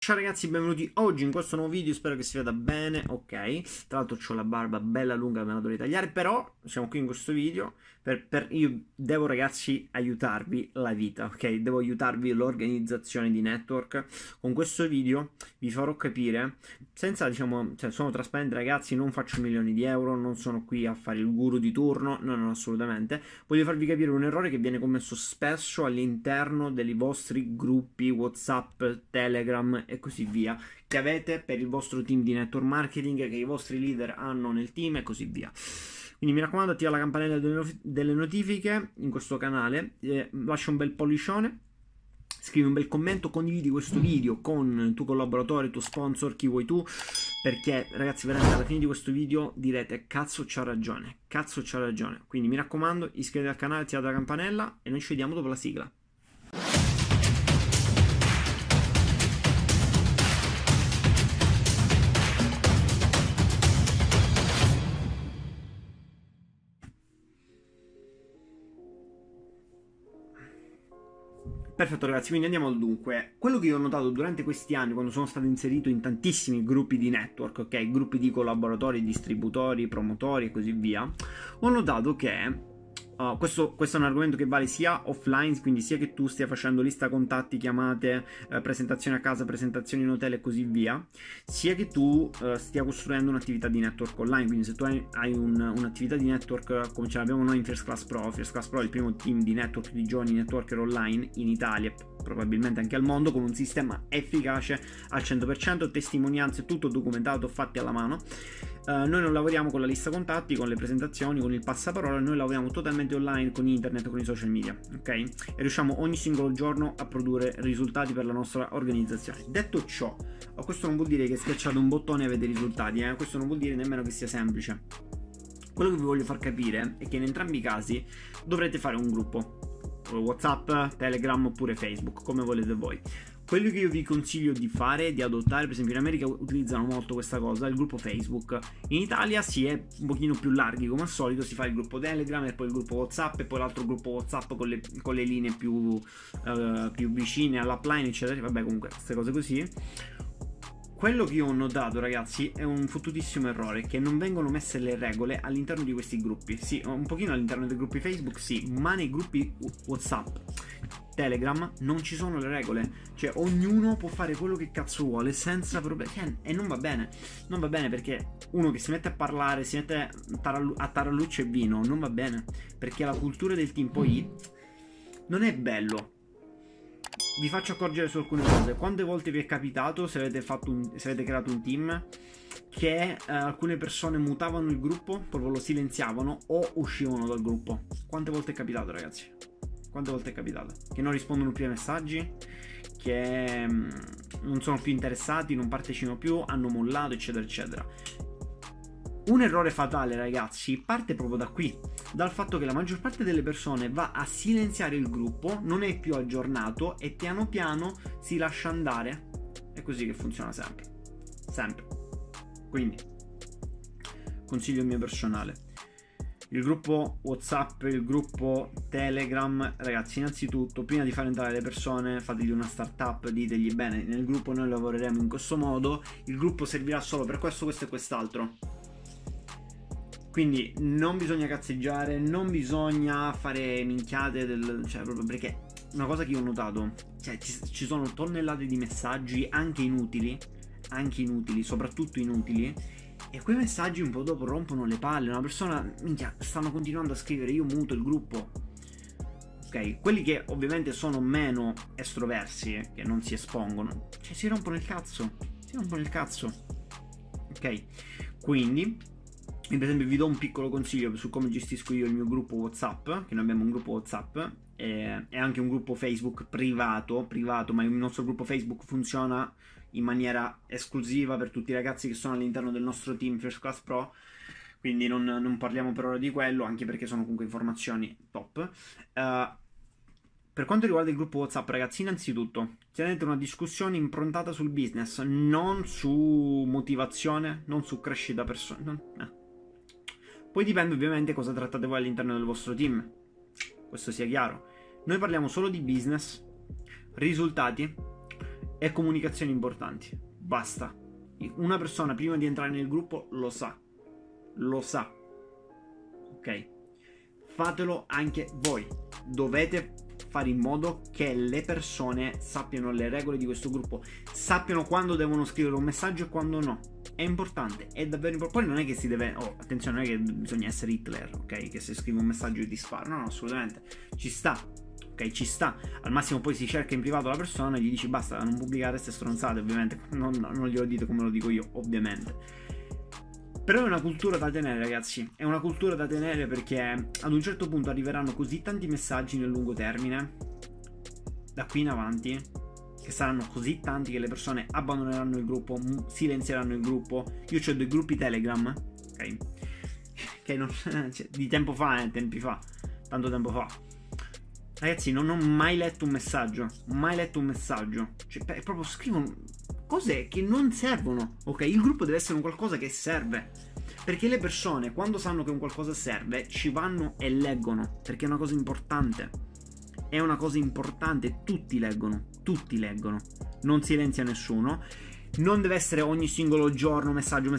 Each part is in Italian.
Ciao ragazzi, benvenuti oggi in questo nuovo video, spero che si veda bene, ok. Tra l'altro ho la barba bella lunga, me la dovrei tagliare, però siamo qui in questo video io devo ragazzi aiutarvi la vita, ok? Devo aiutarvi l'organizzazione di network. Con questo video vi farò capire, senza sono trasparente ragazzi, non faccio milioni di euro, non sono qui a fare il guru di turno, no, assolutamente. Voglio farvi capire un errore che viene commesso spesso all'interno dei vostri gruppi WhatsApp, Telegram e così via, che avete per il vostro team di network marketing, che i vostri leader hanno nel team e così via. Quindi mi raccomando, attiva la campanella delle notifiche in questo canale, lascia un bel pollicione, scrivi un bel commento, condividi questo video con il tuo collaboratore, il tuo sponsor, chi vuoi tu, perché ragazzi veramente alla fine di questo video direte cazzo c'ha ragione, quindi mi raccomando, iscriviti al canale, attivate la campanella e noi ci vediamo dopo la sigla. Perfetto ragazzi, quindi andiamo al dunque. Quello che io ho notato durante questi anni, quando sono stato inserito in tantissimi gruppi di network, ok? Gruppi di collaboratori, distributori, promotori e così via, ho notato che questo è un argomento che vale sia offline, quindi sia che tu stia facendo lista contatti, chiamate, presentazioni a casa, presentazioni in hotel e così via, sia che tu stia costruendo un'attività di network online. Quindi se tu hai un'attività di network come ce l'abbiamo noi in First Class Pro è il primo team di network di giovani networker online in Italia, probabilmente anche al mondo, con un sistema efficace al 100%, testimonianze, tutto documentato, fatti alla mano. Noi non lavoriamo con la lista contatti, con le presentazioni, con il passaparola, noi lavoriamo totalmente online con internet, con i social media, ok? E riusciamo ogni singolo giorno a produrre risultati per la nostra organizzazione. Detto ciò, questo non vuol dire che schiacciate un bottone e avete risultati, questo non vuol dire nemmeno che sia semplice. Quello che vi voglio far capire è che in entrambi i casi dovrete fare un gruppo, WhatsApp, Telegram oppure Facebook, come volete voi. Quello che io vi consiglio di fare è di adottare, per esempio in America utilizzano molto questa cosa, il gruppo Facebook. In Italia si è un pochino più larghi, come al solito si fa il gruppo Telegram e poi il gruppo WhatsApp e poi l'altro gruppo WhatsApp con le linee più vicine all'upline eccetera, vabbè comunque queste cose così. Quello che io ho notato ragazzi è un fottutissimo errore, che non vengono messe le regole all'interno di questi gruppi. Sì, un pochino all'interno dei gruppi Facebook sì, ma nei gruppi WhatsApp, Telegram non ci sono le regole. Cioè ognuno può fare quello che cazzo vuole senza problemi, e non va bene. Non va bene perché uno che si mette a parlare, si mette a tarallucce e vino, non va bene, perché la cultura del team poi non è bello. Vi faccio accorgere su alcune cose. Quante volte vi è capitato, se avete creato un team, che alcune persone mutavano il gruppo, proprio lo silenziavano o uscivano dal gruppo? Quante volte è capitato ragazzi? Quante volte è capitato? Che non rispondono più ai messaggi, che non sono più interessati, non partecipano più, hanno mollato eccetera eccetera. Un errore fatale ragazzi parte proprio da qui, dal fatto che la maggior parte delle persone va a silenziare il gruppo, non è più aggiornato e piano piano si lascia andare. È così che funziona sempre. Quindi consiglio mio personale: il gruppo WhatsApp, il gruppo Telegram, ragazzi, innanzitutto prima di far entrare le persone fategli una startup, ditegli bene, nel gruppo noi lavoreremo in questo modo, il gruppo servirà solo per questo e quest'altro. Quindi non bisogna cazzeggiare, non bisogna fare minchiate cioè proprio perché una cosa che io ho notato, cioè ci sono tonnellate di messaggi anche inutili, soprattutto inutili, e quei messaggi un po' dopo rompono le palle. Una persona, minchia, stanno continuando a scrivere, io muto il gruppo. Ok, quelli che ovviamente sono meno estroversi, che non si espongono, cioè si rompono il cazzo. Ok, quindi per esempio vi do un piccolo consiglio su come gestisco io il mio gruppo WhatsApp, che noi abbiamo un gruppo WhatsApp e anche un gruppo Facebook privato, ma il nostro gruppo Facebook funziona in maniera esclusiva per tutti i ragazzi che sono all'interno del nostro team First Class Pro, quindi non parliamo per ora di quello, anche perché sono comunque informazioni top. Per quanto riguarda il gruppo WhatsApp ragazzi, innanzitutto tenete una discussione improntata sul business, non su motivazione, non su crescita personale. Poi dipende ovviamente cosa trattate voi all'interno del vostro team, questo sia chiaro. Noi parliamo solo di business, risultati e comunicazioni importanti. Basta. Una persona prima di entrare nel gruppo lo sa. Lo sa. Ok? Fatelo anche voi. Dovete fare in modo che le persone sappiano le regole di questo gruppo, sappiano quando devono scrivere un messaggio e quando no. È importante, è davvero importante. Poi non è che si deve, attenzione, non è che bisogna essere Hitler, ok? Che se scrivi un messaggio ti spara. No, assolutamente. Ci sta, ok? Ci sta. Al massimo poi si cerca in privato la persona e gli dici basta, non pubblicare queste stronzate, ovviamente. Non glielo dite come lo dico io, ovviamente. Però è una cultura da tenere, ragazzi. È una cultura da tenere, perché ad un certo punto arriveranno così tanti messaggi nel lungo termine, da qui in avanti, che saranno così tanti che le persone abbandoneranno il gruppo, silenzieranno il gruppo. Io ho dei gruppi Telegram, ok? Che non, cioè, di tempo fa, tempi fa, tanto tempo fa. Ragazzi, non ho mai letto un messaggio. Mai letto un messaggio. Cioè, proprio scrivono cose che non servono, ok? Il gruppo deve essere un qualcosa che serve, perché le persone, quando sanno che un qualcosa serve, ci vanno e leggono, perché è una cosa importante. È una cosa importante, tutti leggono, non silenzia nessuno. Non deve essere ogni singolo giorno messaggio.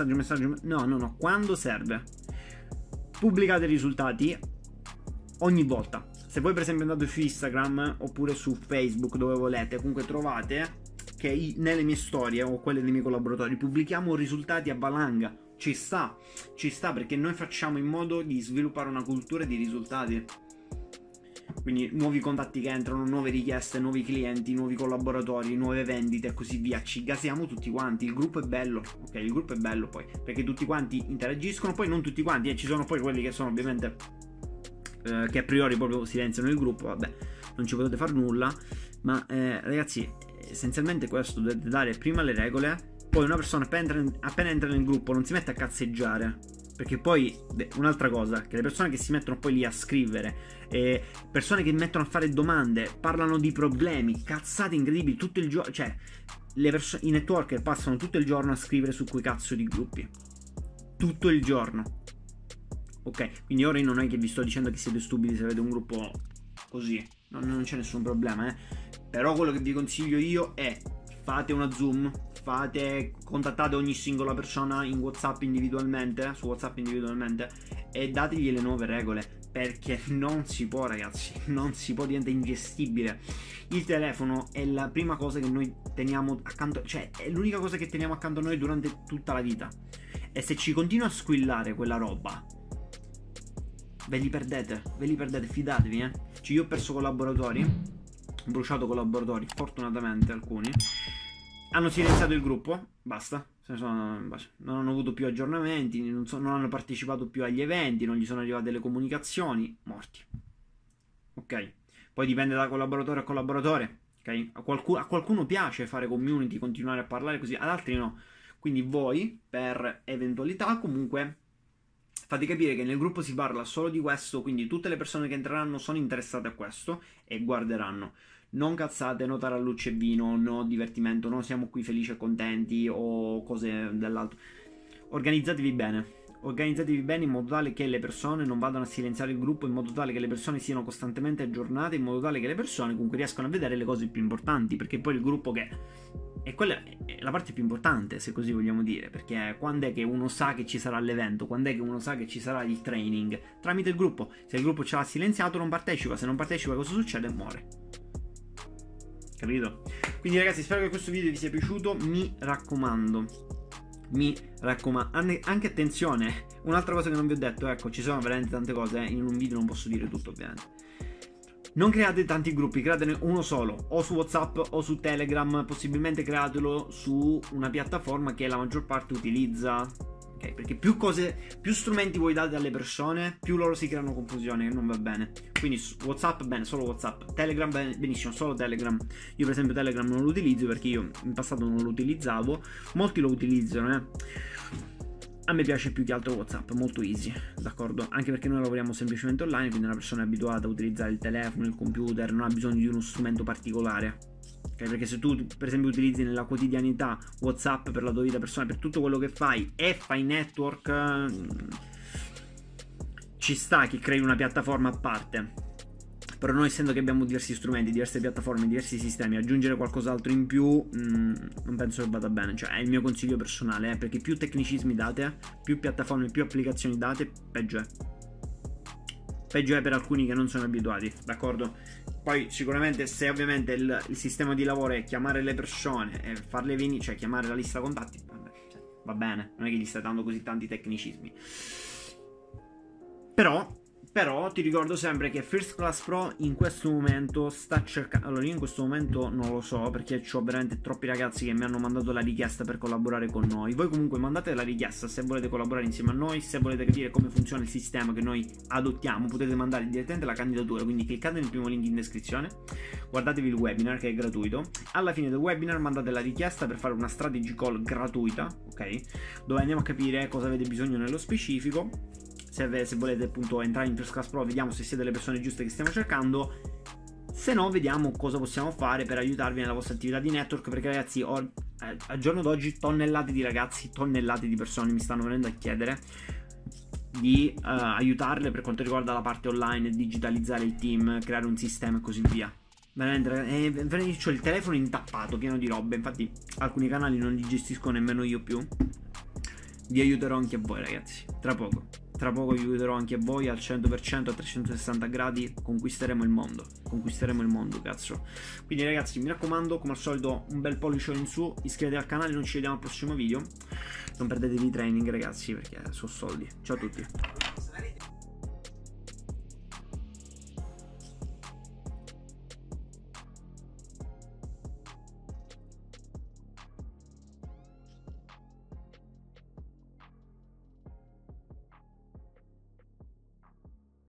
No, quando serve. Pubblicate i risultati ogni volta. Se voi per esempio andate su Instagram oppure su Facebook, dove volete, comunque trovate che nelle mie storie o quelle dei miei collaboratori pubblichiamo risultati a valanga. Ci sta, perché noi facciamo in modo di sviluppare una cultura di risultati. Quindi nuovi contatti che entrano, nuove richieste, nuovi clienti, nuovi collaboratori, nuove vendite e così via. Ci gasiamo tutti quanti. Il gruppo è bello, ok? Il gruppo è bello poi, perché tutti quanti interagiscono. Poi non tutti quanti, ci sono poi quelli che sono ovviamente che a priori proprio silenziano il gruppo. Vabbè, non ci potete fare nulla. Ma ragazzi, essenzialmente questo, dovete dare prima le regole. Poi una persona appena entra nel gruppo non si mette a cazzeggiare, perché poi un'altra cosa, che le persone che si mettono poi lì a scrivere, persone che mettono a fare domande, parlano di problemi, cazzate incredibili tutto il giorno. Cioè i networker passano tutto il giorno a scrivere su quei cazzo di gruppi, tutto il giorno, ok? Quindi ora io non è che vi sto dicendo che siete stupidi se avete un gruppo così, non c'è nessun problema, però quello che vi consiglio io è: fate una Zoom, contattate ogni singola persona in WhatsApp individualmente, su WhatsApp individualmente, e dategli le nuove regole, perché non si può, ragazzi, non si può, diventa ingestibile. Il telefono è la prima cosa che noi teniamo accanto, cioè è l'unica cosa che teniamo accanto a noi durante tutta la vita, e se ci continua a squillare quella roba, ve li perdete, fidatevi, Cioè, io ho perso collaboratori, ho bruciato collaboratori, fortunatamente alcuni hanno silenziato il gruppo, basta, non hanno avuto più aggiornamenti, non hanno partecipato più agli eventi, non gli sono arrivate le comunicazioni, morti. Ok? Poi dipende da collaboratore a collaboratore, ok? A qualcuno piace fare community, continuare a parlare così, ad altri no. Quindi voi, per eventualità, comunque fate capire che nel gruppo si parla solo di questo, quindi tutte le persone che entreranno sono interessate a questo e guarderanno. Non cazzate, no tarallucce e vino, no divertimento, no siamo qui felici e contenti o cose dell'altro. Organizzatevi bene in modo tale che le persone non vadano a silenziare il gruppo, in modo tale che le persone siano costantemente aggiornate, in modo tale che le persone comunque riescano a vedere le cose più importanti, perché poi il gruppo e quella è la parte più importante, se così vogliamo dire, perché quando è che uno sa che ci sarà l'evento, quando è che uno sa che ci sarà il training? Tramite il gruppo. Se il gruppo ce l'ha silenziato non partecipa, se non partecipa cosa succede? Muore. Capito? Quindi ragazzi, spero che questo video vi sia piaciuto, mi raccomando, anche attenzione, un'altra cosa che non vi ho detto, ecco, ci sono veramente tante cose, in un video non posso dire tutto ovviamente. Non create tanti gruppi, createne uno solo, o su WhatsApp o su Telegram, possibilmente createlo su una piattaforma che la maggior parte utilizza, ok? Perché più strumenti voi date alle persone, più loro si creano confusione, che non va bene. Quindi WhatsApp, bene, solo WhatsApp. Telegram, benissimo, solo Telegram. Io per esempio Telegram non lo utilizzo perché io in passato non lo utilizzavo, molti lo utilizzano, A me piace più che altro WhatsApp, molto easy, d'accordo? Anche perché noi lavoriamo semplicemente online, quindi una persona è abituata a utilizzare il telefono, il computer, non ha bisogno di uno strumento particolare. Okay? Perché se tu per esempio utilizzi nella quotidianità WhatsApp per la tua vita personale, per tutto quello che fai e fai network, ci sta che crei una piattaforma a parte. Però noi, essendo che abbiamo diversi strumenti, diverse piattaforme, diversi sistemi, aggiungere qualcos'altro in più non penso che vada bene. Cioè è il mio consiglio personale, perché più tecnicismi date, più piattaforme, più applicazioni date, peggio è. Peggio è per alcuni che non sono abituati, d'accordo? Poi sicuramente se ovviamente il sistema di lavoro è chiamare le persone e farle venire, cioè chiamare la lista contatti, va bene, non è che gli stai dando così tanti tecnicismi. Però ti ricordo sempre che First Class Pro in questo momento sta cercando... Allora io in questo momento non lo so, perché ho veramente troppi ragazzi che mi hanno mandato la richiesta per collaborare con noi. Voi comunque mandate la richiesta se volete collaborare insieme a noi, se volete capire come funziona il sistema che noi adottiamo, potete mandare direttamente la candidatura, quindi cliccate nel primo link in descrizione, guardatevi il webinar che è gratuito. Alla fine del webinar mandate la richiesta per fare una strategy call gratuita, ok? Dove andiamo a capire cosa avete bisogno nello specifico. Se volete appunto entrare in First Class Pro, vediamo se siete le persone giuste che stiamo cercando. Se no, vediamo cosa possiamo fare per aiutarvi nella vostra attività di network. Perché ragazzi, al giorno d'oggi tonnellate di ragazzi, tonnellate di persone mi stanno venendo a chiedere di aiutarle per quanto riguarda la parte online, digitalizzare il team, creare un sistema e così via. Veramente ho il telefono intappato, pieno di robe. Infatti alcuni canali non li gestisco nemmeno io più. Vi aiuterò anche a voi ragazzi, tra poco vi aiuterò anche a voi al 100%, a 360 gradi. Conquisteremo il mondo, cazzo. Quindi ragazzi, mi raccomando, come al solito, un bel pollice in su, iscrivetevi al canale, noi ci vediamo al prossimo video. Non perdetevi i training ragazzi, perché sono soldi. Ciao a tutti.